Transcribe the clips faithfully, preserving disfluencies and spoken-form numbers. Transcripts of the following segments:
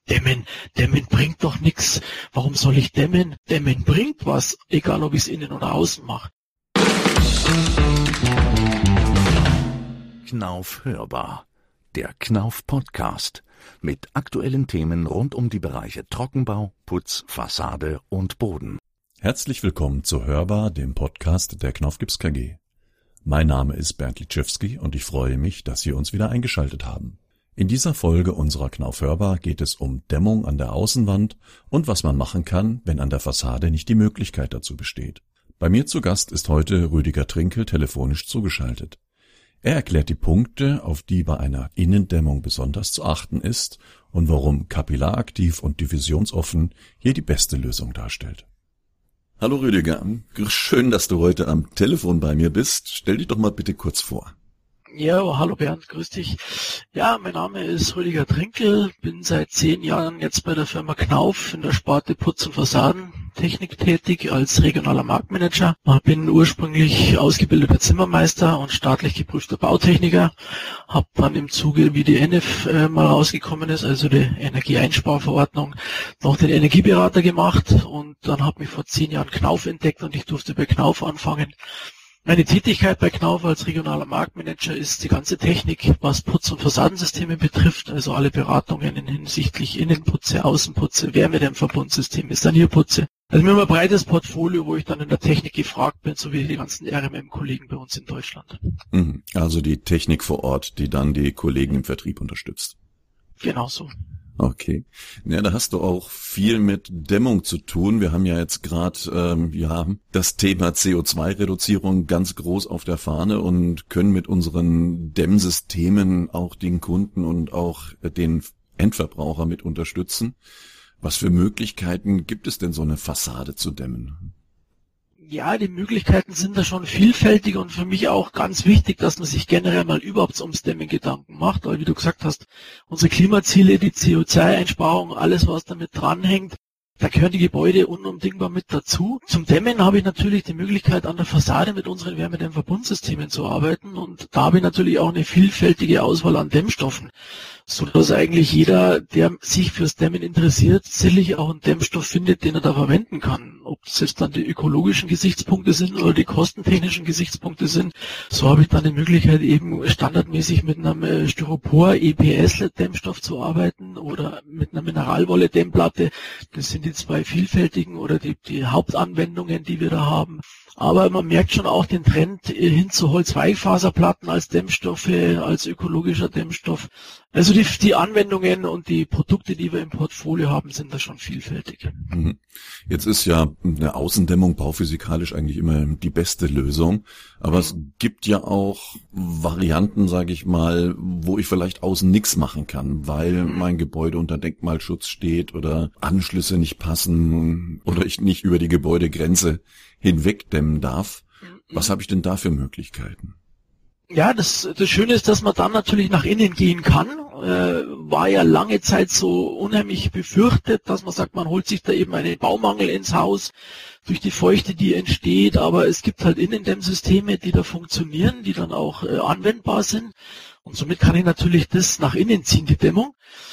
Dämmen, Dämmen bringt doch nichts. Warum soll ich dämmen? Dämmen bringt was, egal ob ich es innen oder außen mache. Knauf hörbar, der Knauf Podcast mit aktuellen Themen rund um die Bereiche Trockenbau, Putz, Fassade und Boden. Herzlich willkommen zu Hörbar, dem Podcast der Knauf Gips K G. Mein Name ist Bernd Litschewski und ich freue mich, dass Sie uns wieder eingeschaltet haben. In dieser Folge unserer Knauf Hörbar geht es um Dämmung an der Außenwand und was man machen kann, wenn an der Fassade nicht die Möglichkeit dazu besteht. Bei mir zu Gast ist heute Rüdiger Trinkel telefonisch zugeschaltet. Er erklärt die Punkte, auf die bei einer Innendämmung besonders zu achten ist und warum kapillaraktiv und diffusionsoffen hier die beste Lösung darstellt. Hallo Rüdiger, schön, dass du heute am Telefon bei mir bist. Stell dich doch mal bitte kurz vor. Ja, hallo Bernd, grüß dich. Ja, mein Name ist Rüdiger Trinkel, bin seit zehn Jahren jetzt bei der Firma Knauf in der Sparte Putz- und Fassadentechnik tätig als regionaler Marktmanager. Bin ursprünglich ausgebildeter Zimmermeister und staatlich geprüfter Bautechniker. Habe dann im Zuge, wie die N E F äh, mal rausgekommen ist, also die Energieeinsparverordnung, noch den Energieberater gemacht und dann habe mich vor zehn Jahren Knauf entdeckt und ich durfte bei Knauf anfangen. Meine Tätigkeit bei Knauf als regionaler Marktmanager ist die ganze Technik, was Putz- und Fassadensysteme betrifft, also alle Beratungen hinsichtlich Innenputze, Außenputze, Wärmedämmverbundsysteme, Sanierputze. Also wir haben ein breites Portfolio, wo ich dann in der Technik gefragt bin, so wie die ganzen R M M-Kollegen bei uns in Deutschland. Also die Technik vor Ort, die dann die Kollegen im Vertrieb unterstützt. Genau so. Okay. Ja, da hast du auch viel mit Dämmung zu tun. Wir haben ja jetzt gerade ähm, ja das Thema C O zwei Reduzierung ganz groß auf der Fahne und können mit unseren Dämmsystemen auch den Kunden und auch den Endverbraucher mit unterstützen. Was für Möglichkeiten gibt es denn, so eine Fassade zu dämmen? Ja, die Möglichkeiten sind da schon vielfältig und für mich auch ganz wichtig, dass man sich generell mal überhaupt ums Dämmen Gedanken macht, weil wie du gesagt hast, unsere Klimaziele, die C O zwei Einsparung, alles was damit dranhängt, da gehören die Gebäude unumdingbar mit dazu. Zum Dämmen habe ich natürlich die Möglichkeit, an der Fassade mit unseren Wärmedämmverbundsystemen zu arbeiten und da habe ich natürlich auch eine vielfältige Auswahl an Dämmstoffen, so dass eigentlich jeder, der sich fürs Dämmen interessiert, sicherlich auch einen Dämmstoff findet, den er da verwenden kann. Ob es jetzt dann die ökologischen Gesichtspunkte sind oder die kostentechnischen Gesichtspunkte sind, so habe ich dann die Möglichkeit, eben standardmäßig mit einem Styropor-E P S-Dämmstoff zu arbeiten oder mit einer Mineralwolle-Dämmplatte. Das sind die zwei vielfältigen oder die, die Hauptanwendungen, die wir da haben. Aber man merkt schon auch den Trend hin zu Holzweichfaserplatten als Dämmstoffe, als ökologischer Dämmstoff. Also die, die Anwendungen und die Produkte, die wir im Portfolio haben, sind da schon vielfältig. Jetzt ist ja eine Außendämmung bauphysikalisch eigentlich immer die beste Lösung. Aber es gibt ja auch Varianten, sage ich mal, wo ich vielleicht außen nichts machen kann, weil mein Gebäude unter Denkmalschutz steht oder Anschlüsse nicht passen oder ich nicht über die Gebäudegrenze hinwegdämmen darf. Was habe ich denn da für Möglichkeiten? Ja, das, das Schöne ist, dass man dann natürlich nach innen gehen kann. Äh, war ja lange Zeit so unheimlich befürchtet, dass man sagt, man holt sich da eben einen Baumangel ins Haus durch die Feuchte, die entsteht. Aber es gibt halt Innendämmsysteme, die da funktionieren, die dann auch äh, anwendbar sind. Und somit kann ich natürlich das nach innen ziehen, die Dämmung.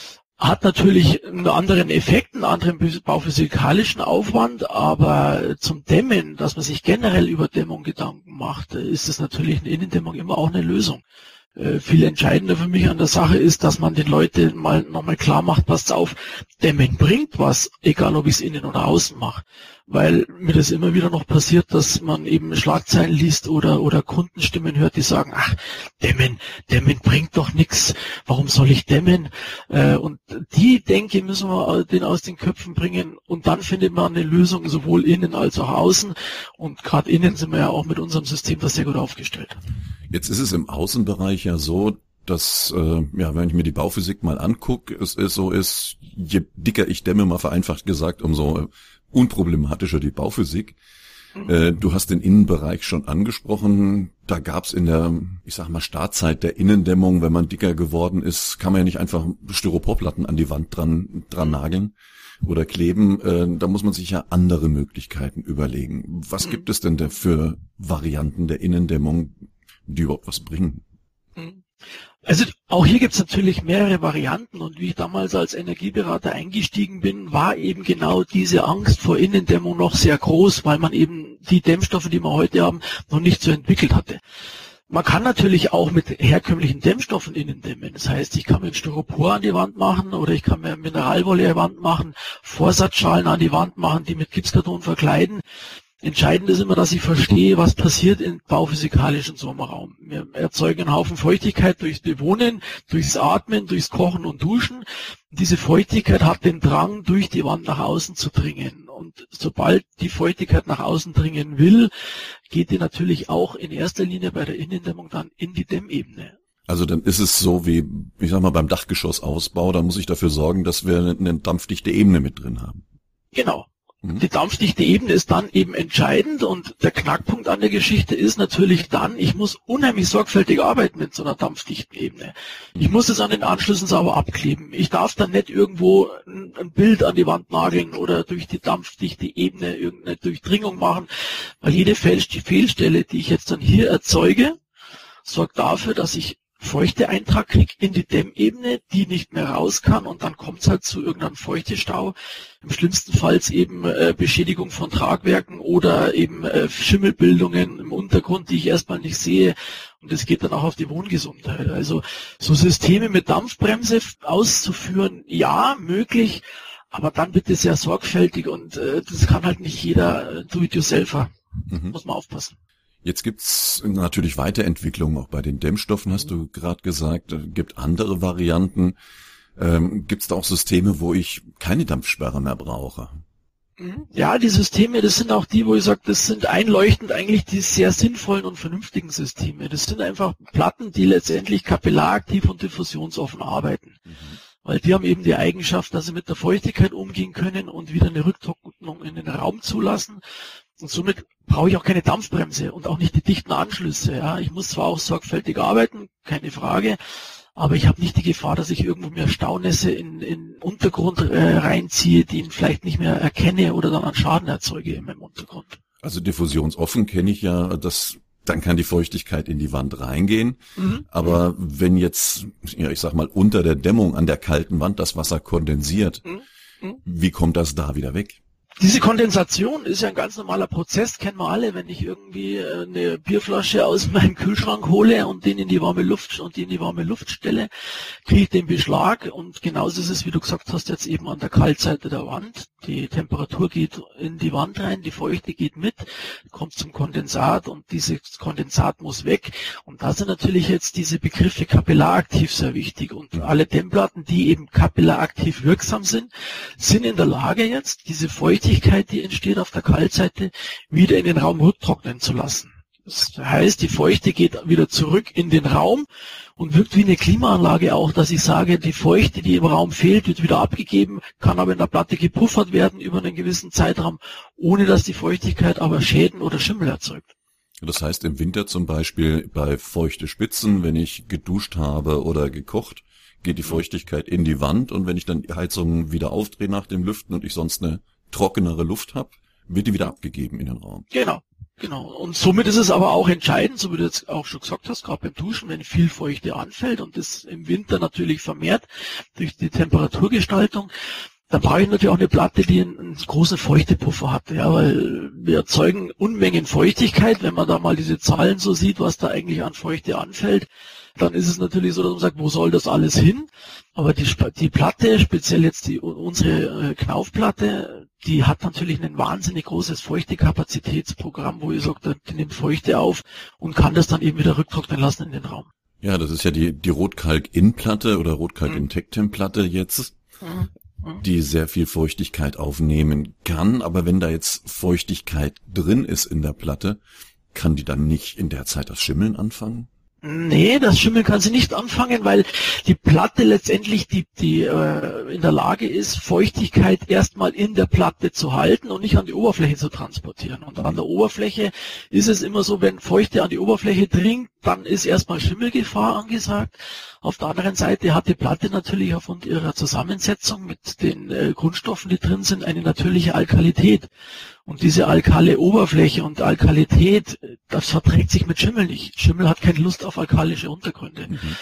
Hat natürlich einen anderen Effekt, einen anderen bauphysikalischen Aufwand, aber zum Dämmen, dass man sich generell über Dämmung Gedanken macht, ist es natürlich eine Innendämmung immer auch eine Lösung. Äh, viel entscheidender für mich an der Sache ist, dass man den Leuten mal nochmal klar macht, passt auf, Dämmen bringt was, egal ob ich es innen oder außen mache. Weil mir das immer wieder noch passiert, dass man eben Schlagzeilen liest oder oder Kundenstimmen hört, die sagen, ach, Dämmen, Dämmen bringt doch nichts, warum soll ich dämmen? Äh, und die Denke müssen wir den aus den Köpfen bringen und dann findet man eine Lösung sowohl innen als auch außen und gerade innen sind wir ja auch mit unserem System da sehr gut aufgestellt. Jetzt ist es im Außenbereich ja so, dass, äh, ja, wenn ich mir die Bauphysik mal angucke, es ist so ist, je dicker ich dämme, mal vereinfacht gesagt, umso unproblematischer die Bauphysik. Mhm. Äh, du hast den Innenbereich schon angesprochen. Da gab's in der, ich sag mal, Startzeit der Innendämmung, wenn man dicker geworden ist, kann man ja nicht einfach Styroporplatten an die Wand dran, dran nageln oder kleben. Äh, da muss man sich ja andere Möglichkeiten überlegen. Was mhm. gibt es denn da für Varianten der Innendämmung, die überhaupt was bringen? Mhm. Also auch hier gibt's natürlich mehrere Varianten und wie ich damals als Energieberater eingestiegen bin, war eben genau diese Angst vor Innendämmung noch sehr groß, weil man eben die Dämmstoffe, die wir heute haben, noch nicht so entwickelt hatte. Man kann natürlich auch mit herkömmlichen Dämmstoffen innen dämmen. Das heißt, ich kann mir Styropor an die Wand machen oder ich kann mir Mineralwolle an die Wand machen, Vorsatzschalen an die Wand machen, die mit Gipskarton verkleiden. Entscheidend ist immer, dass ich verstehe, was passiert im bauphysikalischen Sommerraum. Wir erzeugen einen Haufen Feuchtigkeit durchs Bewohnen, durchs Atmen, durchs Kochen und Duschen. Diese Feuchtigkeit hat den Drang, durch die Wand nach außen zu dringen. Und sobald die Feuchtigkeit nach außen dringen will, geht die natürlich auch in erster Linie bei der Innendämmung dann in die Dämmebene. Also dann ist es so wie, ich sag mal, beim Dachgeschossausbau, da muss ich dafür sorgen, dass wir eine dampfdichte Ebene mit drin haben. Genau. Die dampfdichte Ebene ist dann eben entscheidend und der Knackpunkt an der Geschichte ist natürlich dann, ich muss unheimlich sorgfältig arbeiten mit so einer dampfdichten Ebene. Ich muss es an den Anschlüssen sauber abkleben. Ich darf dann nicht irgendwo ein Bild an die Wand nageln oder durch die dampfdichte Ebene irgendeine Durchdringung machen, weil jede Fehlstelle, die ich jetzt dann hier erzeuge, sorgt dafür, dass ich Feuchteeintrag kriege in die Dämmebene, die nicht mehr raus kann und dann kommt es halt zu irgendeinem Feuchtestau. Im schlimmsten Fall eben äh, Beschädigung von Tragwerken oder eben äh, Schimmelbildungen im Untergrund, die ich erstmal nicht sehe und das geht dann auch auf die Wohngesundheit. Also so Systeme mit Dampfbremse auszuführen, ja, möglich, aber dann bitte sehr sorgfältig und äh, das kann halt nicht jeder äh, Do-it-yourselfer. Mhm. Muss man aufpassen. Jetzt gibt's natürlich Weiterentwicklungen auch bei den Dämmstoffen, hast du gerade gesagt. Es gibt andere Varianten. Ähm, gibt's da auch Systeme, wo ich keine Dampfsperre mehr brauche? Ja, die Systeme, das sind auch die, wo ich sage, das sind einleuchtend eigentlich die sehr sinnvollen und vernünftigen Systeme. Das sind einfach Platten, die letztendlich kapillaraktiv und diffusionsoffen arbeiten. Mhm. Weil die haben eben die Eigenschaft, dass sie mit der Feuchtigkeit umgehen können und wieder eine Rücktrocknung in den Raum zulassen. Und somit brauche ich auch keine Dampfbremse und auch nicht die dichten Anschlüsse. Ja, ich muss zwar auch sorgfältig arbeiten, keine Frage, aber ich habe nicht die Gefahr, dass ich irgendwo mehr Staunässe in in Untergrund äh, reinziehe, die ich vielleicht nicht mehr erkenne oder dann einen Schaden erzeuge in meinem Untergrund. Also diffusionsoffen kenne ich ja, dass dann kann die Feuchtigkeit in die Wand reingehen. Mhm. Aber wenn jetzt, ja, ich sag mal, unter der Dämmung an der kalten Wand das Wasser kondensiert, mhm. wie kommt das da wieder weg? Diese Kondensation ist ja ein ganz normaler Prozess, kennen wir alle. Wenn ich irgendwie eine Bierflasche aus meinem Kühlschrank hole und den in die warme Luft und die in die warme Luft stelle, kriege ich den Beschlag. Und genauso ist es, wie du gesagt hast, jetzt eben an der Kaltseite der Wand. Die Temperatur geht in die Wand rein, die Feuchte geht mit, kommt zum Kondensat und dieses Kondensat muss weg. Und da sind natürlich jetzt diese Begriffe kapillaraktiv sehr wichtig. Und alle Dämmplatten, die eben kapillaraktiv wirksam sind, sind in der Lage jetzt, diese Feuchte, die entsteht auf der Kaltseite, wieder in den Raum rücktrocknen zu lassen. Das heißt, die Feuchte geht wieder zurück in den Raum und wirkt wie eine Klimaanlage auch, dass ich sage, die Feuchte, die im Raum fehlt, wird wieder abgegeben, kann aber in der Platte gepuffert werden über einen gewissen Zeitraum, ohne dass die Feuchtigkeit aber Schäden oder Schimmel erzeugt. Das heißt, im Winter zum Beispiel bei feuchte Spitzen, wenn ich geduscht habe oder gekocht, geht die Feuchtigkeit in die Wand und wenn ich dann die Heizung wieder aufdrehe nach dem Lüften und ich sonst eine trockenere Luft habe, wird die wieder abgegeben in den Raum. Genau, genau. Und somit ist es aber auch entscheidend, so wie du jetzt auch schon gesagt hast, gerade beim Duschen, wenn viel Feuchte anfällt und das im Winter natürlich vermehrt durch die Temperaturgestaltung, dann brauche ich natürlich auch eine Platte, die einen, einen großen Feuchtepuffer hat, ja, weil wir erzeugen Unmengen Feuchtigkeit, wenn man da mal diese Zahlen so sieht, was da eigentlich an Feuchte anfällt, dann ist es natürlich so, dass man sagt, wo soll das alles hin? Aber die, die Platte, speziell jetzt die unsere äh, Knaufplatte, die hat natürlich ein wahnsinnig großes Feuchtekapazitätsprogramm, wo ich sage, die nimmt Feuchte auf und kann das dann eben wieder rücktrocknen lassen in den Raum. Ja, das ist ja die die Rotkalk-In-Platte oder Rotkalk-In-Tectem-Platte jetzt, mhm. die sehr viel Feuchtigkeit aufnehmen kann. Aber wenn da jetzt Feuchtigkeit drin ist in der Platte, kann die dann nicht in der Zeit das Schimmeln anfangen? Nee, das Schimmeln kann sie nicht anfangen, weil die Platte letztendlich die, die äh, in der Lage ist, Feuchtigkeit erstmal in der Platte zu halten und nicht an die Oberfläche zu transportieren. Und an der Oberfläche ist es immer so, wenn Feuchte an die Oberfläche dringt, dann ist erstmal Schimmelgefahr angesagt. Auf der anderen Seite hat die Platte natürlich aufgrund ihrer Zusammensetzung mit den äh, Grundstoffen, die drin sind, eine natürliche Alkalität. Und diese alkale Oberfläche und Alkalität, das verträgt sich mit Schimmel nicht. Schimmel hat keine Lust auf alkalische Untergründe. Mhm.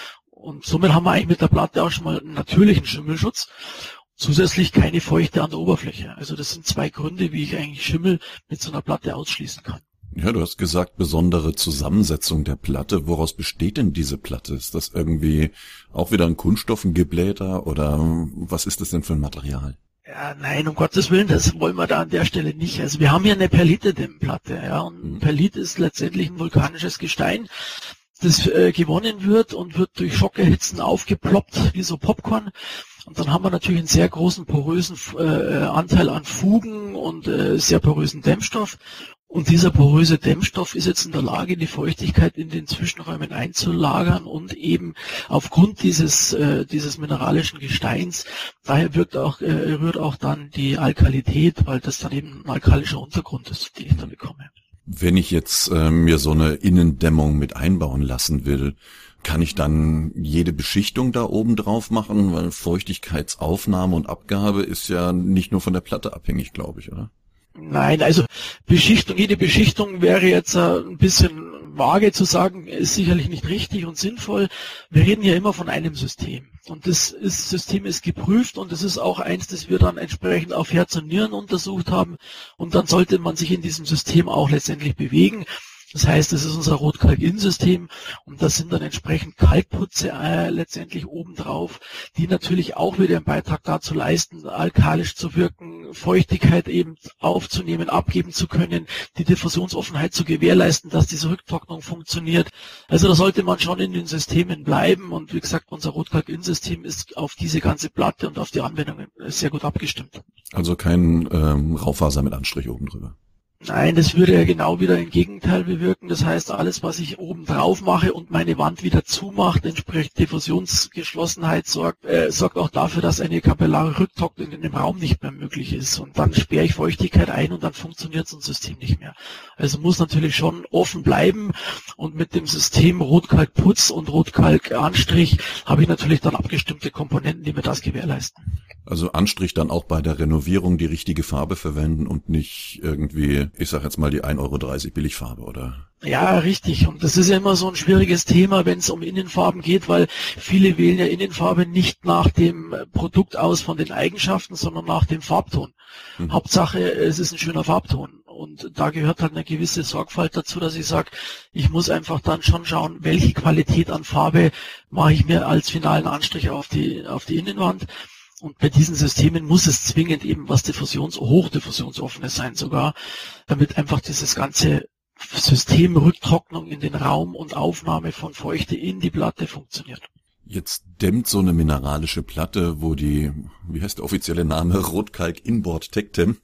Und somit haben wir eigentlich mit der Platte auch schon mal einen natürlichen Schimmelschutz. Zusätzlich keine Feuchte an der Oberfläche. Also das sind zwei Gründe, wie ich eigentlich Schimmel mit so einer Platte ausschließen kann. Ja, du hast gesagt, besondere Zusammensetzung der Platte. Woraus besteht denn diese Platte? Ist das irgendwie auch wieder ein Kunststoff, ein Geblähter oder was ist das denn für ein Material? Ja, nein, um Gottes Willen, das wollen wir da an der Stelle nicht. Also wir haben hier eine Perlite-Dämmplatte, ja, und mhm. Perlit ist letztendlich ein vulkanisches Gestein, das äh, gewonnen wird und wird durch Schockerhitzen aufgeploppt, wie so Popcorn. Und dann haben wir natürlich einen sehr großen porösen äh, Anteil an Fugen und äh, sehr porösen Dämmstoff. Und dieser poröse Dämmstoff ist jetzt in der Lage, die Feuchtigkeit in den Zwischenräumen einzulagern und eben aufgrund dieses äh, dieses mineralischen Gesteins, daher wirkt auch äh, rührt auch dann die Alkalität, weil das dann eben ein alkalischer Untergrund ist, den ich da bekomme. Wenn ich jetzt äh, mir so eine Innendämmung mit einbauen lassen will, kann ich dann jede Beschichtung da oben drauf machen, weil Feuchtigkeitsaufnahme und Abgabe ist ja nicht nur von der Platte abhängig, glaube ich, oder? Nein, also Beschichtung, jede Beschichtung wäre jetzt äh, ein bisschen vage zu sagen, ist sicherlich nicht richtig und sinnvoll. Wir reden ja immer von einem System. Und das ist, System ist geprüft und es ist auch eins, das wir dann entsprechend auf Herz und Nieren untersucht haben. Und dann sollte man sich in diesem System auch letztendlich bewegen. Das heißt, das ist unser Rotkalk-In-System und das sind dann entsprechend Kalkputze äh, letztendlich obendrauf, die natürlich auch wieder einen Beitrag dazu leisten, alkalisch zu wirken, Feuchtigkeit eben aufzunehmen, abgeben zu können, die Diffusionsoffenheit zu gewährleisten, dass diese Rücktrocknung funktioniert. Also da sollte man schon in den Systemen bleiben und wie gesagt, unser Rotkalk-In-System ist auf diese ganze Platte und auf die Anwendungen sehr gut abgestimmt. Also kein ähm, Raufaser mit Anstrich oben drüber. Nein, das würde ja genau wieder im Gegenteil bewirken. Das heißt, alles, was ich oben drauf mache und meine Wand wieder zumacht, entspricht Diffusionsgeschlossenheit, sorgt, äh, sorgt auch dafür, dass eine kapillare Rücktrocknung in dem Raum nicht mehr möglich ist. Und dann sperre ich Feuchtigkeit ein und dann funktioniert so ein System nicht mehr. Also muss natürlich schon offen bleiben. Und mit dem System Rotkalkputz und Rotkalkanstrich habe ich natürlich dann abgestimmte Komponenten, die mir das gewährleisten. Also Anstrich dann auch bei der Renovierung die richtige Farbe verwenden und nicht irgendwie, ich sag jetzt mal die ein Euro dreißig Billigfarbe, oder? Ja, richtig. Und das ist ja immer so ein schwieriges Thema, wenn es um Innenfarben geht, weil viele wählen ja Innenfarbe nicht nach dem Produkt aus von den Eigenschaften, sondern nach dem Farbton. Hm. Hauptsache, es ist ein schöner Farbton. Und da gehört halt eine gewisse Sorgfalt dazu, dass ich sage, ich muss einfach dann schon schauen, welche Qualität an Farbe mache ich mir als finalen Anstrich auf die, auf die Innenwand. Und bei diesen Systemen muss es zwingend eben was Diffusions-, hochdiffusionsoffenes sein sogar, damit einfach dieses ganze System Rücktrocknung in den Raum und Aufnahme von Feuchte in die Platte funktioniert. Jetzt dämmt so eine mineralische Platte, wo die, wie heißt der offizielle Name, Rotkalk Inboard Tectem,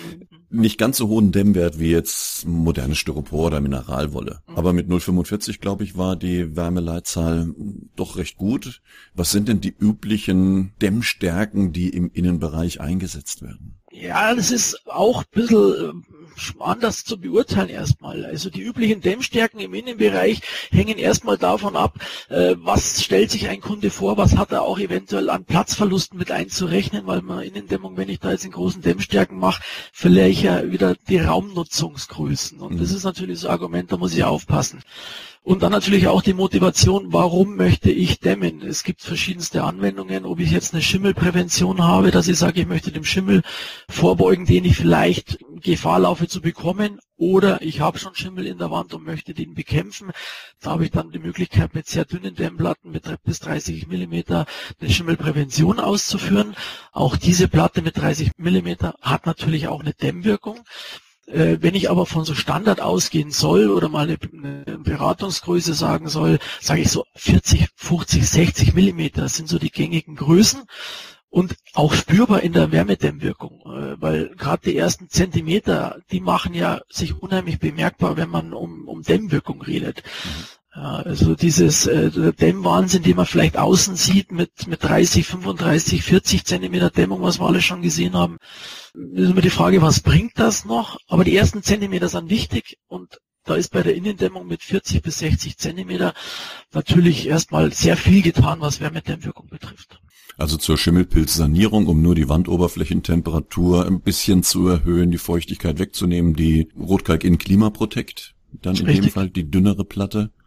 nicht ganz so hohen Dämmwert wie jetzt modernes Styropor oder Mineralwolle. Mhm. Aber mit null Komma fünfundvierzig, glaube ich, war die Wärmeleitzahl doch recht gut. Was sind denn die üblichen Dämmstärken, die im Innenbereich eingesetzt werden? Ja, das ist auch ein bisschen anders zu beurteilen erstmal. Also die üblichen Dämmstärken im Innenbereich hängen erstmal davon ab, äh, was stellt sich ein Kunde vor, was hat er auch eventuell an Platzverlusten mit einzurechnen, weil man Innendämmung, wenn ich da jetzt in großen Dämmstärken mache, verliere ich ja wieder die Raumnutzungsgrößen. Und das ist natürlich so ein Argument, da muss ich aufpassen. Und dann natürlich auch die Motivation, warum möchte ich dämmen? Es gibt verschiedenste Anwendungen, ob ich jetzt eine Schimmelprävention habe, dass ich sage, ich möchte dem Schimmel vorbeugen, den ich vielleicht Gefahr laufe zu bekommen, oder ich habe schon Schimmel in der Wand und möchte den bekämpfen. Da habe ich dann die Möglichkeit, mit sehr dünnen Dämmplatten mit bis dreißig Millimeter eine Schimmelprävention auszuführen. Auch diese Platte mit dreißig Millimeter hat natürlich auch eine Dämmwirkung. Wenn ich aber von so Standard ausgehen soll oder mal eine, eine Beratungsgröße sagen soll, sage ich so vierzig, fünfzig, sechzig Millimeter, das sind so die gängigen Größen und auch spürbar in der Wärmedämmwirkung, weil gerade die ersten Zentimeter, die machen ja sich unheimlich bemerkbar, wenn man um, um Dämmwirkung redet. Mhm. Ja, also dieses äh, Dämmwahnsinn, den man vielleicht außen sieht mit mit dreißig, fünfunddreißig, vierzig Zentimeter Dämmung, was wir alle schon gesehen haben, ist immer die Frage, was bringt das noch? Aber die ersten Zentimeter sind wichtig und da ist bei der Innendämmung mit vierzig bis sechzig Zentimeter natürlich erstmal sehr viel getan, was Wärmedämmwirkung betrifft. Also zur Schimmelpilzsanierung, um nur die Wandoberflächentemperatur ein bisschen zu erhöhen, die Feuchtigkeit wegzunehmen, die Rotkalk in Klimaprotect, dann in Richtig. dem Fall die dünnere Platte.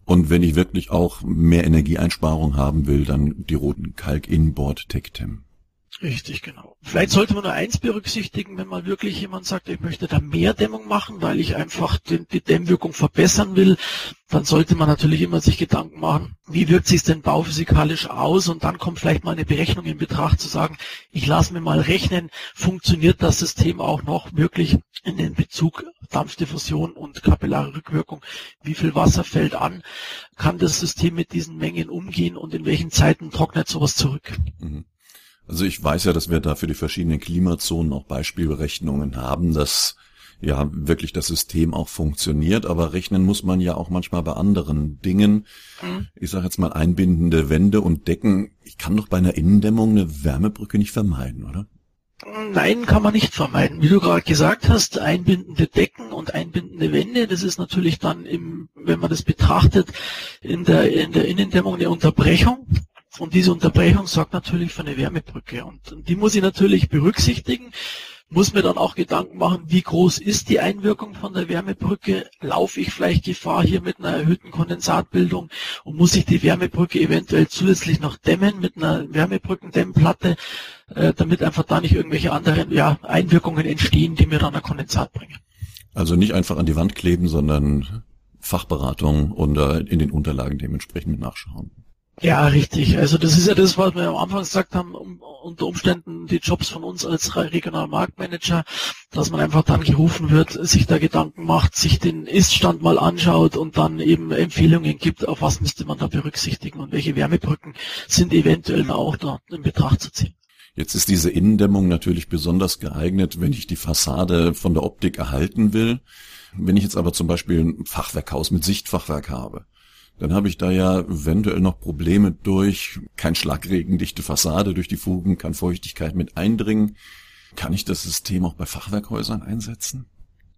Und wenn ich wirklich auch mehr Energieeinsparung haben will, dann die roten Kalk Inboard Tectem. Richtig, genau. Vielleicht sollte man nur eins berücksichtigen, wenn mal wirklich jemand sagt, ich möchte da mehr Dämmung machen, weil ich einfach den, die Dämmwirkung verbessern will, dann sollte man natürlich immer sich Gedanken machen, wie wirkt sich denn bauphysikalisch aus, und dann kommt vielleicht mal eine Berechnung in Betracht zu sagen, ich lasse mir mal rechnen, funktioniert das System auch noch wirklich in den Bezug Dampfdiffusion und kapillare Rückwirkung, wie viel Wasser fällt an, kann das System mit diesen Mengen umgehen und in welchen Zeiten trocknet sowas zurück. Mhm. Also ich weiß ja, dass wir da für die verschiedenen Klimazonen auch Beispielberechnungen haben, dass ja wirklich das System auch funktioniert, aber rechnen muss man ja auch manchmal bei anderen Dingen. Mhm. Ich sage jetzt mal einbindende Wände und Decken. Ich kann doch bei einer Innendämmung eine Wärmebrücke nicht vermeiden, oder? Nein, kann man nicht vermeiden. Wie du gerade gesagt hast, einbindende Decken und einbindende Wände, das ist natürlich dann, im, wenn man das betrachtet, in der, in der Innendämmung eine Unterbrechung. Und diese Unterbrechung sorgt natürlich für eine Wärmebrücke. Und die muss ich natürlich berücksichtigen, muss mir dann auch Gedanken machen, wie groß ist die Einwirkung von der Wärmebrücke? Laufe ich vielleicht Gefahr hier mit einer erhöhten Kondensatbildung und muss ich die Wärmebrücke eventuell zusätzlich noch dämmen mit einer Wärmebrückendämmplatte, äh, damit einfach da nicht irgendwelche anderen ja, Einwirkungen entstehen, die mir dann ein Kondensat bringen. Also nicht einfach an die Wand kleben, sondern Fachberatung und äh, in den Unterlagen dementsprechend mit nachschauen. Ja, richtig. Also das ist ja das, was wir am Anfang gesagt haben, um, unter Umständen die Jobs von uns als Regionalmarktmanager, dass man einfach dann gerufen wird, sich da Gedanken macht, sich den Ist-Stand mal anschaut und dann eben Empfehlungen gibt, auf was müsste man da berücksichtigen und welche Wärmebrücken sind eventuell auch da in Betracht zu ziehen. Jetzt ist diese Innendämmung natürlich besonders geeignet, wenn ich die Fassade von der Optik erhalten will. Wenn ich jetzt aber zum Beispiel ein Fachwerkhaus mit Sichtfachwerk habe, dann habe ich da ja eventuell noch Probleme durch, kein schlagregendichte Fassade, durch die Fugen kann Feuchtigkeit mit eindringen. Kann ich das System auch bei Fachwerkhäusern einsetzen?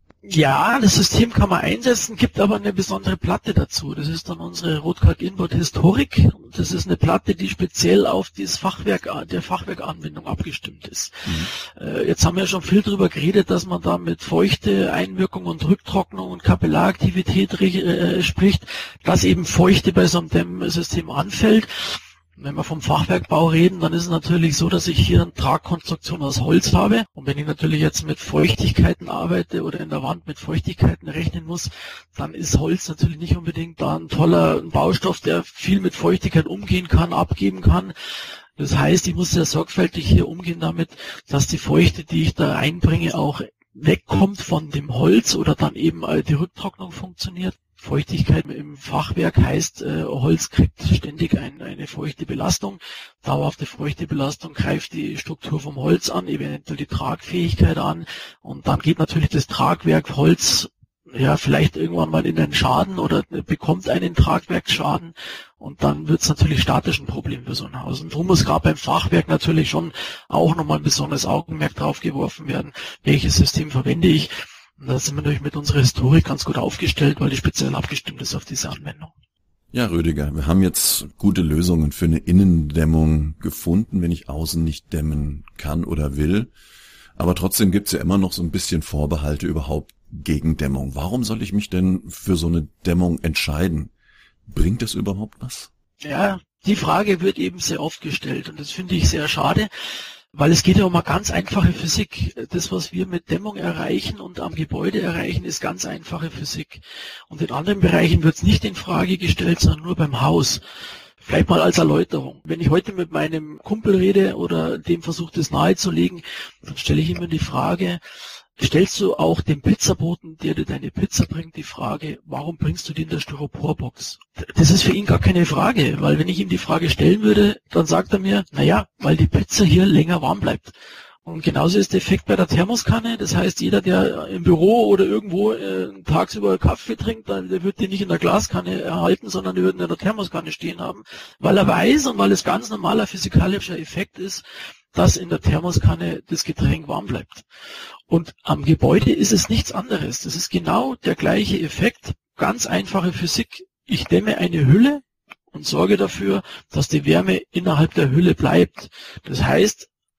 Ja, das System kann man einsetzen, gibt aber eine besondere Platte dazu. Das ist dann unsere Rotkalk Inboard Historic. Das ist eine Platte, die speziell auf dieses Fachwerk, der Fachwerkanwendung abgestimmt ist. Mhm. Äh, jetzt haben wir ja schon viel drüber geredet, dass man da mit feuchte Einwirkung und Rücktrocknung und Kapillaraktivität äh, spricht, dass eben Feuchte bei so einem Dämmsystem anfällt. Wenn wir vom Fachwerkbau reden, dann ist es natürlich so, dass ich hier eine Tragkonstruktion aus Holz habe. Und wenn ich natürlich jetzt mit Feuchtigkeiten arbeite oder in der Wand mit Feuchtigkeiten rechnen muss, dann ist Holz natürlich nicht unbedingt da ein toller Baustoff, der viel mit Feuchtigkeit umgehen kann, abgeben kann. Das heißt, ich muss sehr sorgfältig hier umgehen damit, dass die Feuchte, die ich da einbringe, auch wegkommt von dem Holz oder dann eben die Rücktrocknung funktioniert. Feuchtigkeit im Fachwerk heißt, äh, Holz kriegt ständig ein, eine feuchte Belastung. Dauerhafte feuchte Belastung greift die Struktur vom Holz an, eventuell die Tragfähigkeit an. Und dann geht natürlich das Tragwerk Holz ja vielleicht irgendwann mal in einen Schaden oder bekommt einen Tragwerksschaden. Und dann wird es natürlich statisch ein Problem für so ein Haus. Und darum muss gerade beim Fachwerk natürlich schon auch nochmal ein besonderes Augenmerk drauf geworfen werden, welches System verwende ich. Und da sind wir natürlich mit unserer Historik ganz gut aufgestellt, weil die speziell abgestimmt ist auf diese Anwendung. Ja, Rüdiger, wir haben jetzt gute Lösungen für eine Innendämmung gefunden, wenn ich außen nicht dämmen kann oder will. Aber trotzdem gibt's ja immer noch so ein bisschen Vorbehalte überhaupt gegen Dämmung. Warum soll ich mich denn für so eine Dämmung entscheiden? Bringt das überhaupt was? Ja, die Frage wird eben sehr oft gestellt und das finde ich sehr schade. Weil es geht ja um eine ganz einfache Physik. Das, was wir mit Dämmung erreichen und am Gebäude erreichen, ist ganz einfache Physik. Und in anderen Bereichen wird es nicht in Frage gestellt, sondern nur beim Haus. Vielleicht mal als Erläuterung. Wenn ich heute mit meinem Kumpel rede oder dem versuche, das nahezulegen, dann stelle ich immer die Frage, stellst du auch dem Pizzaboten, der dir deine Pizza bringt, die Frage, warum bringst du die in der Styroporbox? Das ist für ihn gar keine Frage, weil wenn ich ihm die Frage stellen würde, dann sagt er mir, naja, weil die Pizza hier länger warm bleibt. Und genauso ist der Effekt bei der Thermoskanne. Das heißt, jeder, der im Büro oder irgendwo äh, tagsüber Kaffee trinkt, der wird den nicht in der Glaskanne erhalten, sondern der wird in der Thermoskanne stehen haben, weil er weiß und weil es ganz normaler physikalischer Effekt ist, dass in der Thermoskanne das Getränk warm bleibt. Und am Gebäude ist es nichts anderes. Das ist genau der gleiche Effekt. Ganz einfache Physik. Ich dämme eine Hülle und sorge dafür, dass die Wärme innerhalb der Hülle bleibt. Das heißt,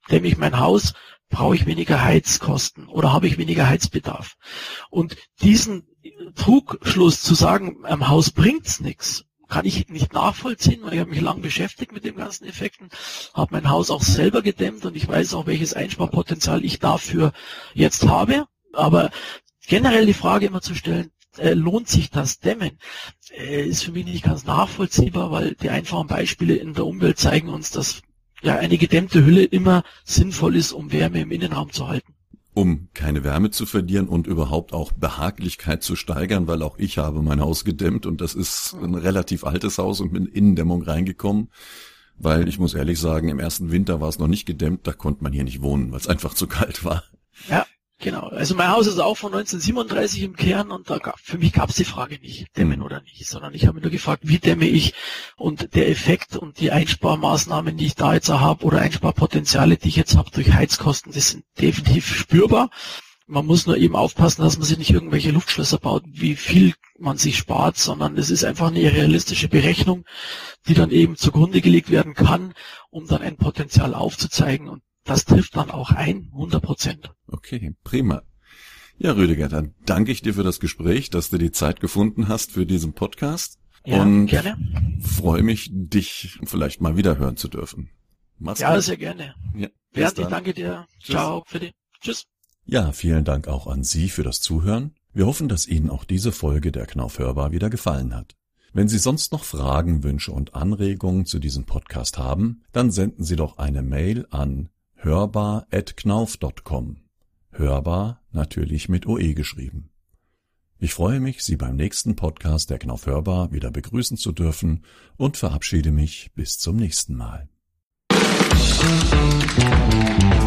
dämme ich mein Haus, brauche ich weniger Heizkosten oder habe ich weniger Heizbedarf. Und diesen Trugschluss zu sagen, am Haus bringt's nichts, kann ich nicht nachvollziehen, weil ich habe mich lang beschäftigt mit den ganzen Effekten, habe mein Haus auch selber gedämmt und ich weiß auch, welches Einsparpotenzial ich dafür jetzt habe. Aber generell die Frage immer zu stellen, äh, lohnt sich das Dämmen, äh, ist für mich nicht ganz nachvollziehbar, weil die einfachen Beispiele in der Umwelt zeigen uns, dass ja eine gedämmte Hülle immer sinnvoll ist, um Wärme im Innenraum zu halten. Um keine Wärme zu verlieren und überhaupt auch Behaglichkeit zu steigern, weil auch ich habe mein Haus gedämmt und das ist ein relativ altes Haus und bin in Innendämmung reingekommen, weil ich muss ehrlich sagen, im ersten Winter war es noch nicht gedämmt, da konnte man hier nicht wohnen, weil es einfach zu kalt war. Ja, genau. Also mein Haus ist auch von neunzehnhundertsiebenunddreißig im Kern und da gab, für mich gab es die Frage nicht, dämmen oder nicht, sondern ich habe mir nur gefragt, wie dämme ich, und der Effekt und die Einsparmaßnahmen, die ich da jetzt habe oder Einsparpotenziale, die ich jetzt habe durch Heizkosten, das sind definitiv spürbar. Man muss nur eben aufpassen, dass man sich nicht irgendwelche Luftschlösser baut, wie viel man sich spart, sondern es ist einfach eine realistische Berechnung, die dann eben zugrunde gelegt werden kann, um dann ein Potenzial aufzuzeigen, und das trifft dann auch ein, hundert Prozent. Okay, prima. Ja, Rüdiger, dann danke ich dir für das Gespräch, dass du die Zeit gefunden hast für diesen Podcast. Ja, und gerne. Freue mich, dich vielleicht mal wieder hören zu dürfen. Mach's Ja, gut. sehr gerne. Ja, Bernd, ich danke dir. Tschüss. Ciao, für die. Tschüss. Ja, vielen Dank auch an Sie für das Zuhören. Wir hoffen, dass Ihnen auch diese Folge der Knauf Hörbar wieder gefallen hat. Wenn Sie sonst noch Fragen, Wünsche und Anregungen zu diesem Podcast haben, dann senden Sie doch eine Mail an hörbar at knauf punkt com. Hörbar natürlich mit O E geschrieben. Ich freue mich, Sie beim nächsten Podcast der Knauf Hörbar wieder begrüßen zu dürfen und verabschiede mich bis zum nächsten Mal.